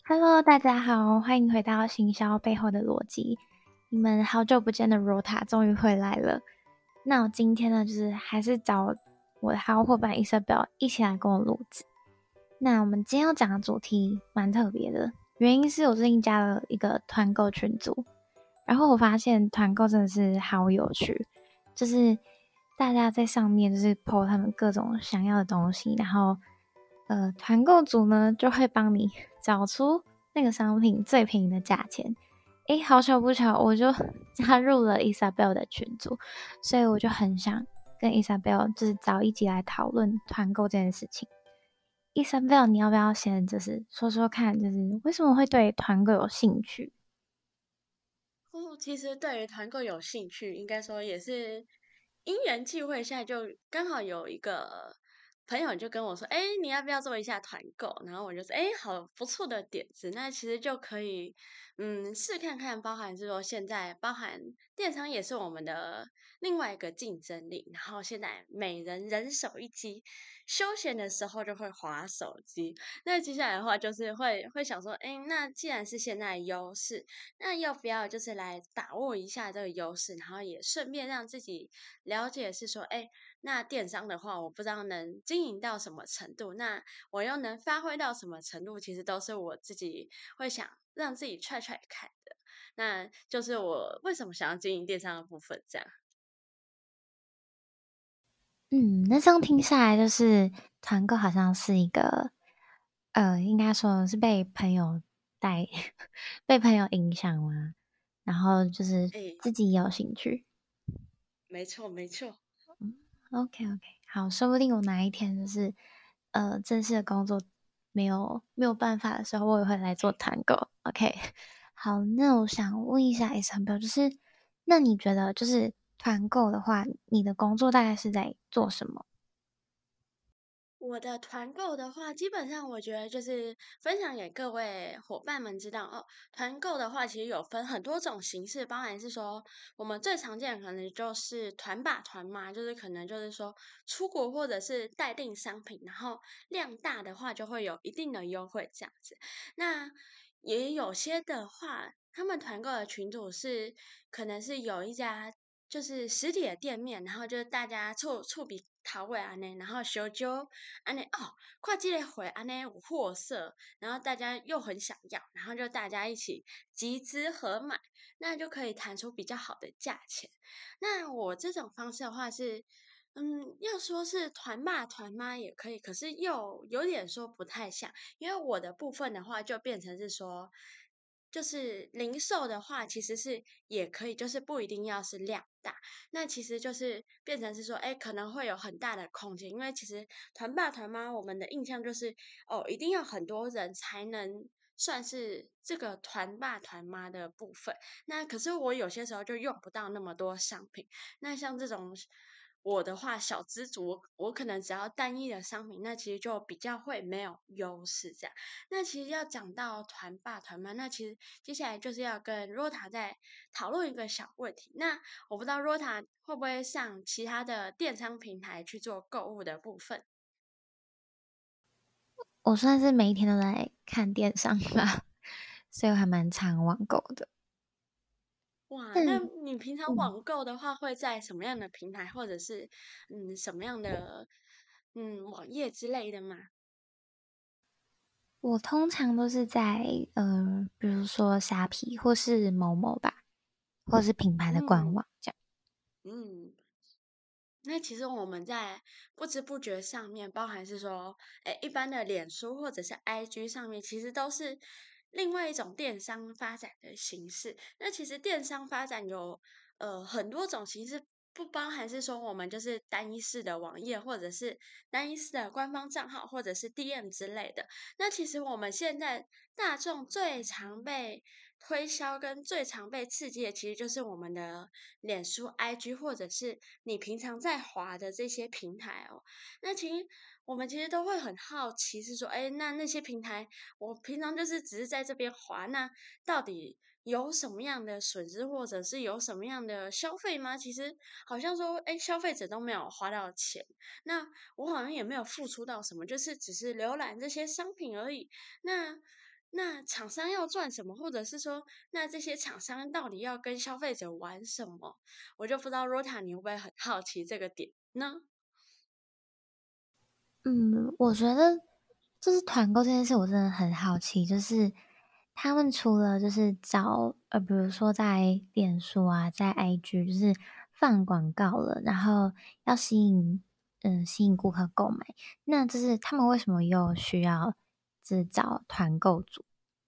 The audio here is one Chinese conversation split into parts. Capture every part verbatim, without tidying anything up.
Hello，大家好，欢迎回到行销背后的逻辑。你们好久不见的 Rota 终于回来了。那我今天呢，就是还是找我的好伙伴 Isabel 一起来跟我录制。那我们今天要讲的主题蛮特别的，原因是我最近加了一个团购群组，然后我发现团购真的是好有趣，就是大家在上面就是 po 他们各种想要的东西，然后呃团购组呢就会帮你找出那个商品最便宜的价钱。诶，好巧不巧，我就加入了 Isabel 的群组，所以我就很想跟 Isabel 就是早一起来讨论团购这件事情。Isabel，你要不要先就是说说看，就是为什么会对团购有兴趣？ 哦，其实对于团购有兴趣，应该说也是因缘际会下，就刚好有一个朋友就跟我说：“哎，你要不要做一下团购？”然后我就说：“哎，好不错的点子，那其实就可以嗯试看看。”包含是说现在包含电商也是我们的另外一个竞争力，然后现在每人人手一机，休闲的时候就会滑手机。那接下来的话就是会会想说：“哎，那既然是现在优势。”那要不要就是来把握一下这个优势，然后也顺便让自己了解是说，哎，那电商的话，我不知道能经营到什么程度，那我又能发挥到什么程度，其实都是我自己会想让自己踹踹看的。那就是我为什么想要经营电商的部分，这样。 嗯，那这样听下来，就是团购好像是一个，呃，应该说是被朋友带，被朋友影响嘛，然后就是哎， 自己也有兴趣。 没错没错。 嗯，OK OK，好，说不定我哪一天就是呃正式的工作没有没有办法的时候，我也会来做团购。OK，好，那我想问一下 Isabel，就是那你觉得就是团购的话，你的工作大概是在做什么？ 我的团购的话，基本上我觉得就是分享给各位伙伴们知道哦。团购的话，其实有分很多种形式，包含是说我们最常见的可能就是团把团嘛，就是可能就是说出国或者是待定商品，然后量大的话就会有一定的优惠这样子。那也有些的话，他们团购的群组是可能是有一家就是实体的店面，然后就是大家凑凑比讨位安内，然后小酒安内哦，跨季的回安内有货色，然后大家又很想要，然后就大家一起集资合买，那就可以谈出比较好的价钱。那我这种方式的话是。嗯，要说是团骂团妈也可以，可是又有点说不太像，因为我的部分的话就变成是说，就是零售的话其实是也可以，就是不一定要是量大，那其实就是变成是说，哎，可能会有很大的空间，因为其实团爸团妈我们的印象就是哦，一定要很多人才能算是这个团爸团妈的部分。那可是我有些时候就用不到那么多商品。那像这种我的话，小资族，我我可能只要单一的商品，那其实就比较会没有优势这样。那其实要讲到团爸团妈，那其实接下来就是要跟 Rota 再讨论一个小问题。那我不知道 Rota 会不会上其他的电商平台去做购物的部分？ 我算是每一天都在看电商吧，所以我还蛮常网购的。 哇， 但那你平常嗯， 网购的话，会在什么样的平台，或者是嗯什么样的嗯网页之类的吗？ 我通常都是在呃，比如说虾皮或是某某吧，或是品牌的官嗯网这样。 嗯。那其实我们在不知不觉上面，包含是说，诶，一般的脸书或者是 I G 上面，其实都是另外一种电商发展的形式。那其实电商发展有呃很多种形式，不包含是说我们就是单一式的网页，或者是单一式的官方账号，或者是 D M 之类的。那其实我们现在大众最常被推销跟最常被刺激的，其实就是我们的脸书、I G，或者是你平常在滑的这些平台哦。那其实我们其实都会很好奇，是说，哎，那那些平台，我平常就是只是在这边滑，那到底有什么样的损失，或者是有什么样的消费吗？其实好像说，哎，消费者都没有花到钱，那我好像也没有付出到什么，就是只是浏览这些商品而已。那那厂商要赚什么，或者是说，那这些厂商到底要跟消费者玩什么？我就不知道 Rota 你会不会很好奇这个点呢？ 嗯，我觉得就是团购这件事，我真的很好奇，就是他们除了就是找呃，比如说在脸书啊，在 I G 就是放广告了，然后要吸引嗯、呃吸引顾客购买，那就是他们为什么又需要只找团购组？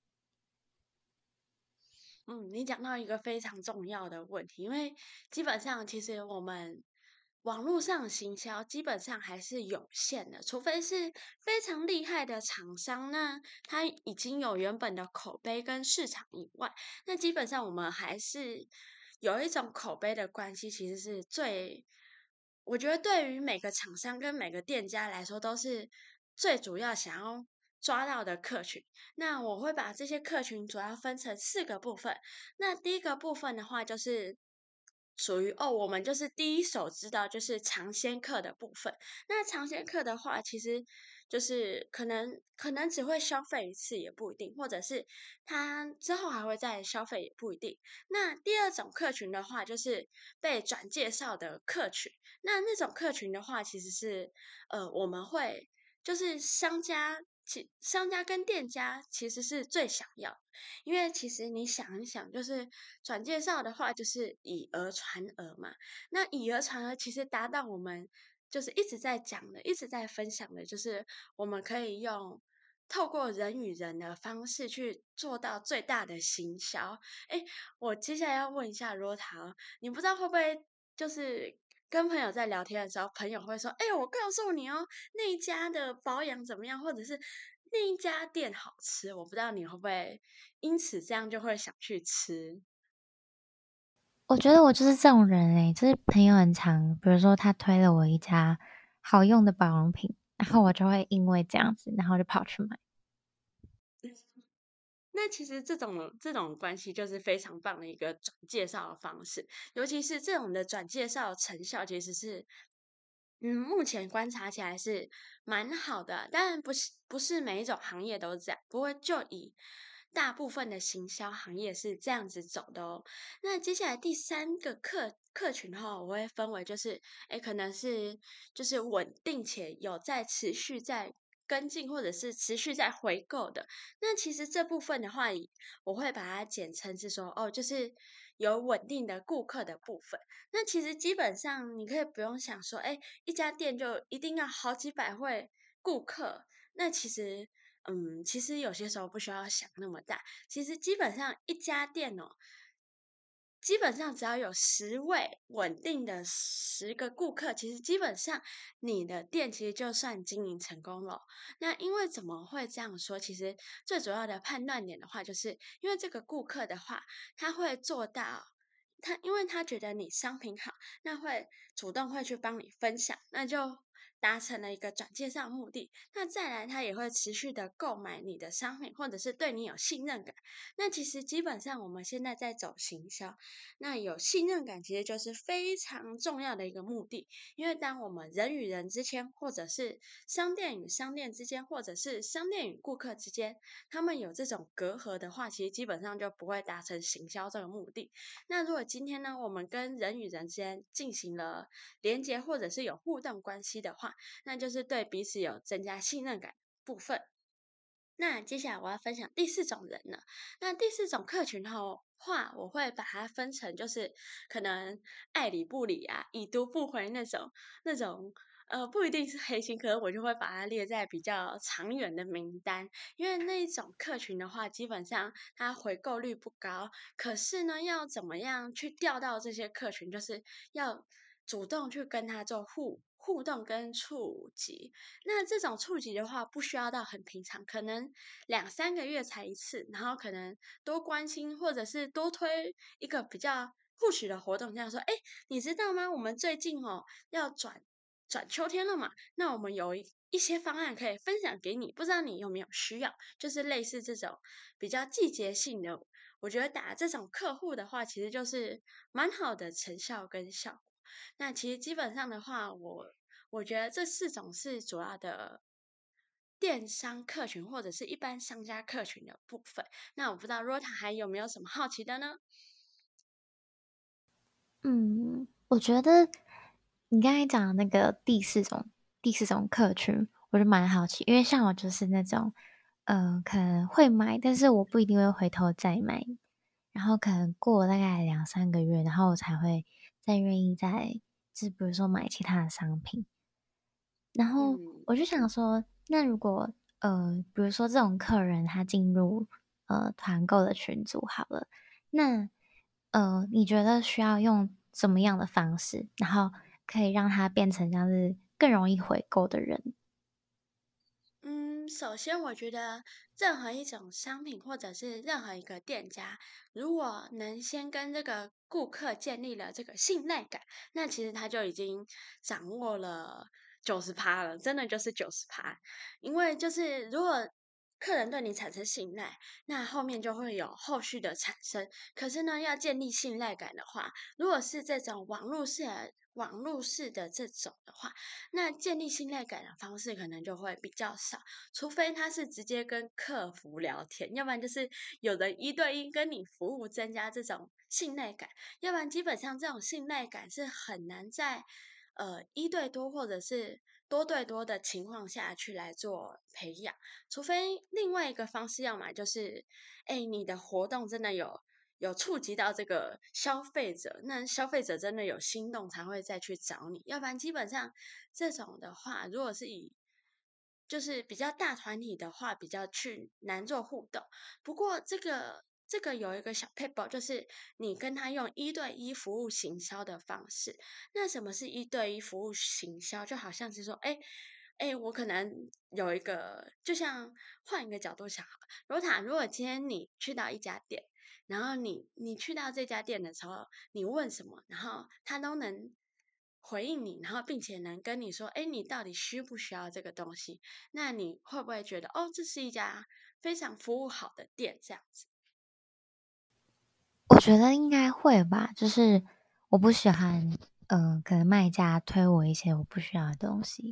嗯，你讲到一个非常重要的问题，因为基本上其实我们网络上行销基本上还是有限的，除非是非常厉害的厂商，那他已经有原本的口碑跟市场以外，那基本上我们还是有一种口碑的关系，其实是最，我觉得对于每个厂商跟每个店家来说，都是最主要想要抓到的客群。那我会把这些客群主要分成四个部分。那第一个部分的话，就是属于哦，我们就是第一手知道，就是尝鲜客的部分。那尝鲜客的话，其实就是可能可能只会消费一次也不一定，或者是他之后还会再消费也不一定。那第二种客群的话，就是被转介绍的客群。那那种客群的话，其实是呃，我们会就是商家。其商家跟店家其实是最想要的，因为其实你想一想，就是转介绍的话，就是以讹传讹嘛。那以讹传讹，其实达到我们就是一直在讲的、一直在分享的，就是我们可以用透过人与人的方式去做到最大的行销。哎，我接下来要问一下罗塔，你不知道会不会就是跟朋友在聊天的时候，朋友会说：“哎，我告诉你哦，那一家的保养怎么样，或者是那一家店好吃。”我不知道你会不会因此这样就会想去吃。 我觉得我就是这种人诶，就是朋友很常，比如说他推了我一家好用的保养品，然后我就会因为这样子，然后就跑去买。 那其实这种这种关系就是非常棒的一个转介绍的方式，尤其是这种的转介绍成效其实是，嗯，目前观察起来是蛮好的，当然不是不是每一种行业都这样，不过就以大部分的行销行业是这样子走的哦。那接下来第三个客客群的话，我会分为就是，诶，可能是就是稳定且有在持续在跟进或者是持续在回购的。那其实这部分的话，我会把它简称是说，哦，就是有稳定的顾客的部分。那其实基本上你可以不用想说，哎，一家店就一定要好几百位顾客。那其实，嗯，其实有些时候不需要想那么大。其实基本上一家店哦，基本上只要有十位稳定的十个顾客，其实基本上你的店其实就算经营成功了。那因为怎么会这样说？其实最主要的判断点的话，就是因为这个顾客的话，他会做到。他因为他觉得你商品好，那会主动会去帮你分享，那就达成了一个转介绍目的。那再来，他也会持续的购买你的商品，或者是对你有信任感。那其实基本上我们现在在走行销，那有信任感其实就是非常重要的一个目的。因为当我们人与人之间，或者是商店与商店之间，或者是商店与顾客之间，他们有这种隔阂的话，其实基本上就不会达成行销这个目的。那如果今天呢，我们跟人与人之间进行了连接，或者是有互动关系的话，那就是对彼此有增加信任感部分。那接下来我要分享第四种人呢。那第四种客群的话，我会把它分成就是可能爱理不理啊、已读不回那种那种。呃，不一定是黑心，可是我就会把它列在比较长远的名单，因为那一种客群的话，基本上它回购率不高。可是呢，要怎么样去钓到这些客群，就是要主动去跟他做互互动跟触及。那这种触及的话，不需要到很平常，可能两三个月才一次，然后可能多关心或者是多推一个比较 push 的活动，这样说，哎，你知道吗？我们最近哦要转转秋天了嘛，那我们有一一些方案可以分享给你，不知道你有没有需要？就是类似这种比较季节性的，我觉得打这种客户的话，其实就是蛮好的成效跟效果。那其实基本上的话，我我觉得这四种是主要的电商客群或者是一般商家客群的部分。那我不知道 Rota 还有没有什么好奇的呢？ 嗯，我觉得你刚才讲的那个第四种第四种客群，我就蛮好奇，因为像我就是那种，呃，可能会买，但是我不一定会回头再买，然后可能过了大概两三个月，然后我才会再愿意再，就是比如说买其他的商品。然后嗯。 我就想说，那如果呃，比如说这种客人他进入呃团购的群组好了，那呃，你觉得需要用什么样的方式，然后可以让他变成像是更容易回购的人？ 嗯，首先我觉得任何一种商品或者是任何一个店家，如果能先跟这个顾客建立了这个信赖感，那其实他就已经掌握了九十趴了，真的就是九十趴。因为就是如果客人对你产生信赖，那后面就会有后续的产生。可是呢，要建立信赖感的话，如果是这种网络式的网络式的这种的话，那建立信赖感的方式可能就会比较少，除非他是直接跟客服聊天，要不然就是有人一对一跟你服务，增加这种信赖感，要不然基本上这种信赖感是很难在呃一对多或者是多对多的情况下去来做培养，除非另外一个方式，要么就是，哎，你的活动真的有。有触及到这个消费者，那消费者真的有心动才会再去找你，要不然基本上这种的话，如果是以就是比较大团体的话，比较去难做互动。不过这个这个有一个小 paper，就是你跟他用一对一服务行销的方式。那什么是一对一服务行销？就好像是说，哎哎，我可能有一个，就像换一个角度想好了，罗塔，如果今天你去到一家店。然后你你去到这家店的时候，你问什么，然后他都能回应你，然后并且能跟你说，哎，你到底需不需要这个东西？那你会不会觉得，哦，这是一家非常服务好的店，这样子？ 我觉得应该会吧，就是我不喜欢，呃，可能卖家推我一些我不需要的东西。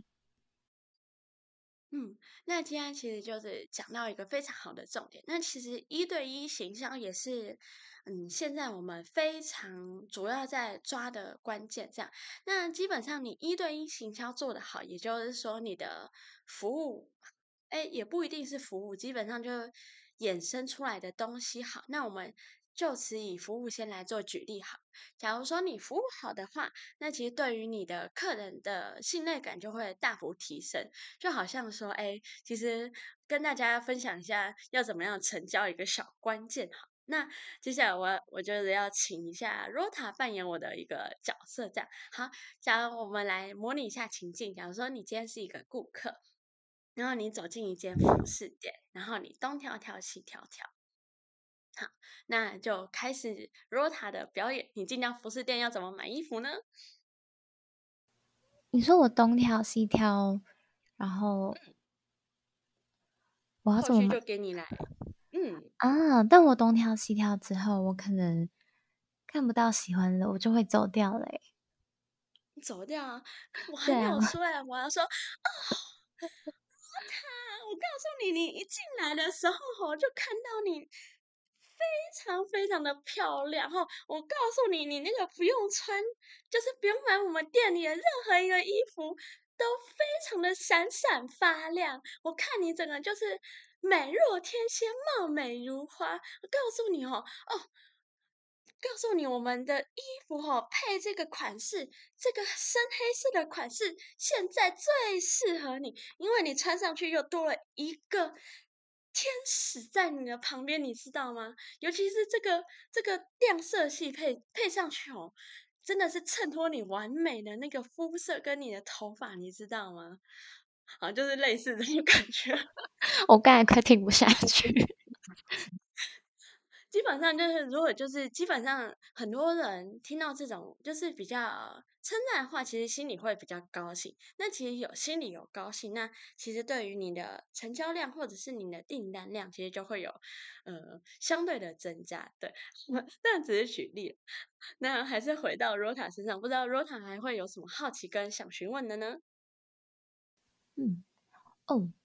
嗯，那今天其实就是讲到一个非常好的重点。那其实一对一行销也是，嗯，现在我们非常主要在抓的关键。这样，那基本上你一对一行销做得好，也就是说你的服务，哎，也不一定是服务，基本上就衍生出来的东西好。那我们就此以服务先来做举例好。假如说你服务好的话，那其实对于你的客人的信赖感就会大幅提升。就好像说，哎，其实跟大家分享一下要怎么样成交一个小关键哈。那接下来我我就是要请一下 Rota 扮演我的一个角色，这样好。假如我们来模拟一下情境，假如说你今天是一个顾客，然后你走进一间服饰店，然后你东挑挑西挑挑，好，那就开始 Rota 的表演。你进到服饰店要怎么买衣服呢？ 你说我东挑西挑，然后我要后续怎么买？ 就给你来，嗯。 啊，但我东挑西挑之后，我可能看不到喜欢的，我就会走掉了欸。 走掉啊！我还对啊， 没有说哎，我要说，哦，他，我告诉你，你一进来的时候我就看到你非常非常的漂亮哈。我告诉你，你那个不用穿，就是不用买我们店里的任何一个衣服，都非常的闪闪发亮。我看你整个就是美若天仙，貌美如花。我告诉你哦，哦，告诉你，我们的衣服哦，配这个款式，这个深黑色的款式，现在最适合你，因为你穿上去又多了一个天使在你的旁边，你知道吗？尤其是这个这个亮色系配配上去哦，真的是衬托你完美的那个肤色跟你的头发，你知道吗？好，就是类似这种感觉。 我刚才快听不下去。 基本上就是，如果就是基本上很多人听到这种就是比较称赞的话，其实心里会比较高兴。那其实有心里有高兴，那其实对于你的成交量或者是你的订单量，其实就会有呃相对的增加。对，但只是举例。那还是回到 Rota 身上，不知道 Rota 还会有什么好奇跟想询问的呢？ 嗯，哦，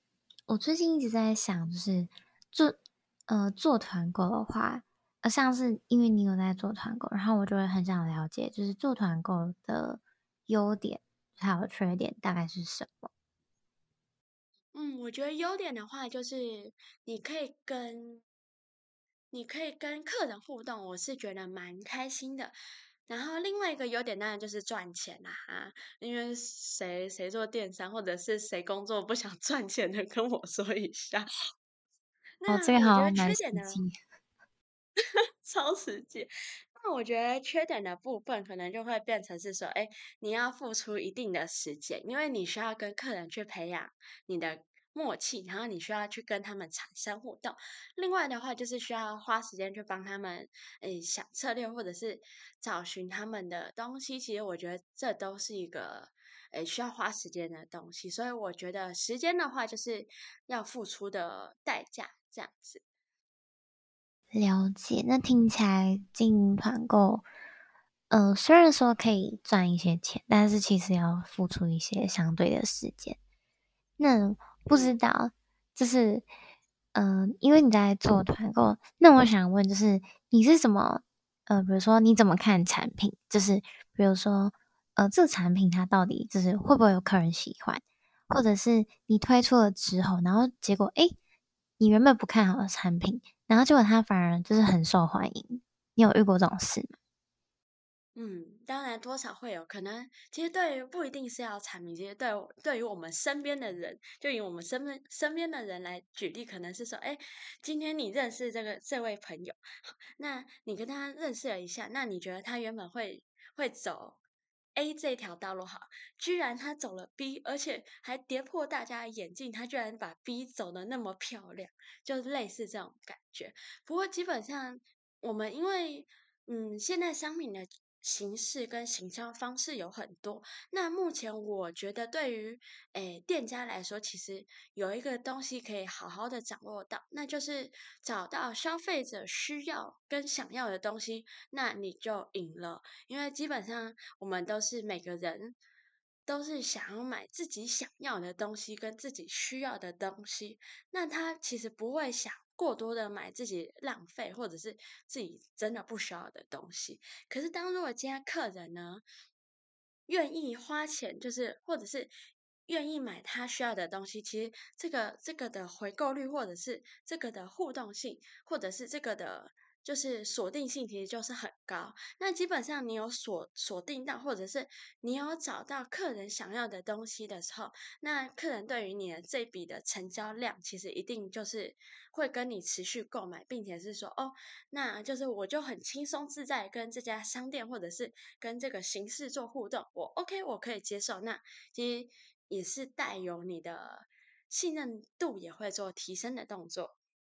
我最近一直在想，就是做呃做团购的话，呃像是因为你有在做团购，然后我就会很想了解，就是做团购的优点还有缺点大概是什么？ 嗯，我觉得优点的话就是你可以跟你可以跟客人互动，我是觉得蛮开心的。然后另外一个优点当然就是赚钱啦，哈，因为谁谁做电商或者是谁工作不想赚钱的，跟我说一下。 哦，这个那我觉得好像蛮缺点呢？ 实际。 超实际。那我觉得缺点的部分可能就会变成是说，哎，你要付出一定的时间，因为你需要跟客人去培养你的默契，然后你需要去跟他们产生互动。另外的话，就是需要花时间去帮他们，诶，想策略或者是找寻他们的东西。其实我觉得这都是一个，诶，需要花时间的东西。所以我觉得时间的话，就是要付出的代价，这样子。 了解，那听起来经营团购，呃，虽然说可以赚一些钱，但是其实要付出一些相对的时间。那不知嗯。 道，就是，嗯、呃因为你在做团购，那我想问，就是你是怎么，呃，比如说你怎么看产品？就是比如说，呃，这个产品它到底就是会不会有客人喜欢，或者是你推出了之后，然后结果，诶，你原本不看好的产品，然后结果它反而就是很受欢迎，你有遇过这种事吗？ 嗯，当然多少会有可能。其实对于不一定是要产品，其实对我对于我们身边的人，就以我们身边身边的人来举例，可能是说，哎，今天你认识这个这位朋友，好，那你跟他认识了一下，那你觉得他原本会会走 A 这条道路好，居然他走了 B，而且还跌破大家的眼镜，他居然把 B 走的那么漂亮，就是类似这种感觉。不过基本上我们因为嗯，现在商品的形式跟行销方式有很多。那目前我觉得对于诶店家来说，其实有一个东西可以好好的掌握到，那就是找到消费者需要跟想要的东西，那你就赢了。因为基本上我们都是每个人都是想要买自己想要的东西跟自己需要的东西，那他其实不会想过多的买自己浪费或者是自己真的不需要的东西。可是当如果今天客人呢，愿意花钱，就是或者是愿意买他需要的东西，其实这个这个的回购率，或者是这个的互动性，或者是这个的，就是锁定性，其实就是很高。那基本上你有锁锁定到，或者是你有找到客人想要的东西的时候，那客人对于你的这笔的成交量，其实一定就是会跟你持续购买，并且是说，哦，那就是我就很轻松自在跟这家商店或者是跟这个形式做互动，我 OK，我可以接受。那其实也是带有你的信任度也会做提升的动作。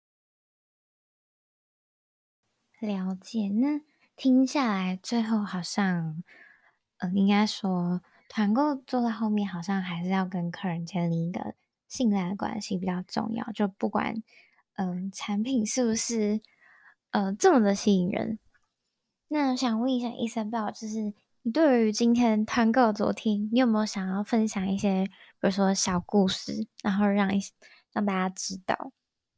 了解，那听下来，最后好像，呃，应该说团购做到后面，好像还是要跟客人建立一个信赖的关系比较重要。就不管，嗯、产品是不是，呃，这么的吸引人。那想问一下 Isabel，就是你对于今天团购昨天，你有没有想要分享一些，比如说小故事，然后让一让大家知道？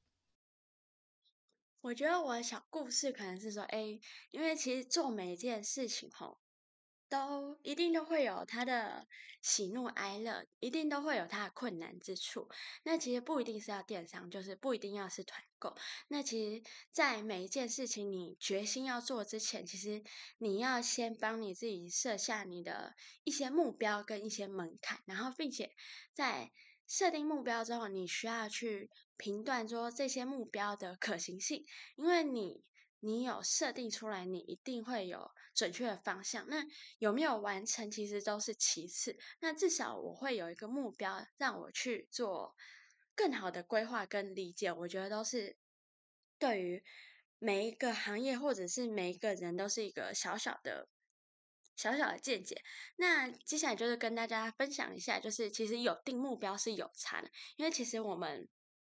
我觉得我的小故事可能是说，哎，因为其实做每一件事情吼，都一定都会有它的喜怒哀乐，一定都会有它的困难之处。那其实不一定是要电商，就是不一定要是团购。那其实，在每一件事情你决心要做之前，其实你要先帮你自己设下你的一些目标跟一些门槛，然后并且在设定目标之后，你需要去评断说这些目标的可行性，因为你你有设定出来，你一定会有准确的方向。那有没有完成，其实都是其次。那至少我会有一个目标，让我去做更好的规划跟理解。我觉得都是对于每一个行业或者是每一个人都是一个小小的。小小的见解，那接下来就是跟大家分享一下，就是其实有定目标是有差的，因为其实我们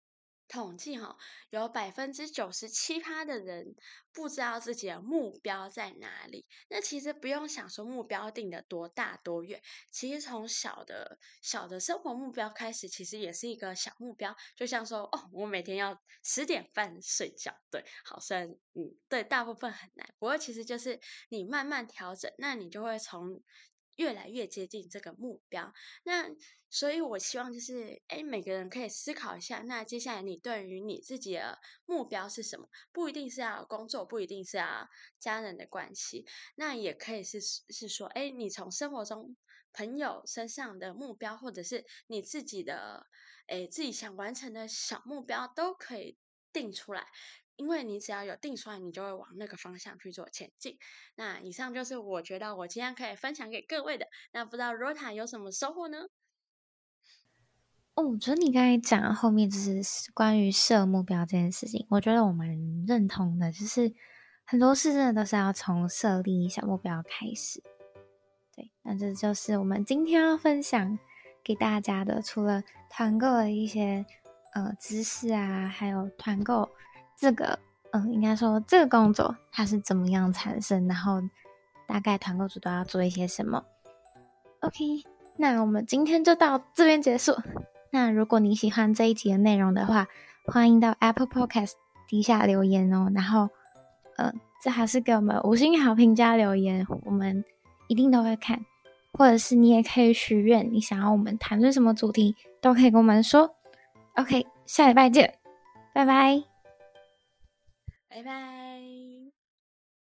统计哈，有百分之九十七趴的人不知道自己的目标在哪里。那其实不用想说目标定的多大多远，其实从小的小的生活目标开始，其实也是一个小目标。就像说，哦，我每天要十点半睡觉，对，好，虽然嗯，对，大部分很难，不过其实就是你慢慢调整，那你就会从越来越接近这个目标。那所以我希望就是，哎，每个人可以思考一下，那接下来你对于你自己的目标是什么？不一定是要工作，不一定是要家人的关系，那也可以是是说，哎，你从生活中朋友身上的目标，或者是你自己的，哎，自己想完成的小目标，都可以定出来。因为你只要有定出来，你就会往那个方向去做前进。那以上就是我觉得我今天可以分享给各位的。那不知道 Rota 有什么收获呢？ 哦，我觉得你刚才讲的后面就是关于设目标这件事情，我觉得我蛮认同的，就是很多事真的都是要从设立小目标开始。对，那这就是我们今天要分享给大家的，除了团购的一些呃知识啊，还有团购这个，嗯、呃，应该说这个工作它是怎么样产生，然后大概团购组都要做一些什么。OK，那我们今天就到这边结束。那如果你喜欢这一集的内容的话，欢迎到 Apple Podcast 底下留言哦，然后呃，最好是给我们五星好评加留言，我们一定都会看。或者是你也可以许愿，你想要我们谈论什么主题，都可以跟我们说。OK，下礼拜见，拜拜， 拜拜。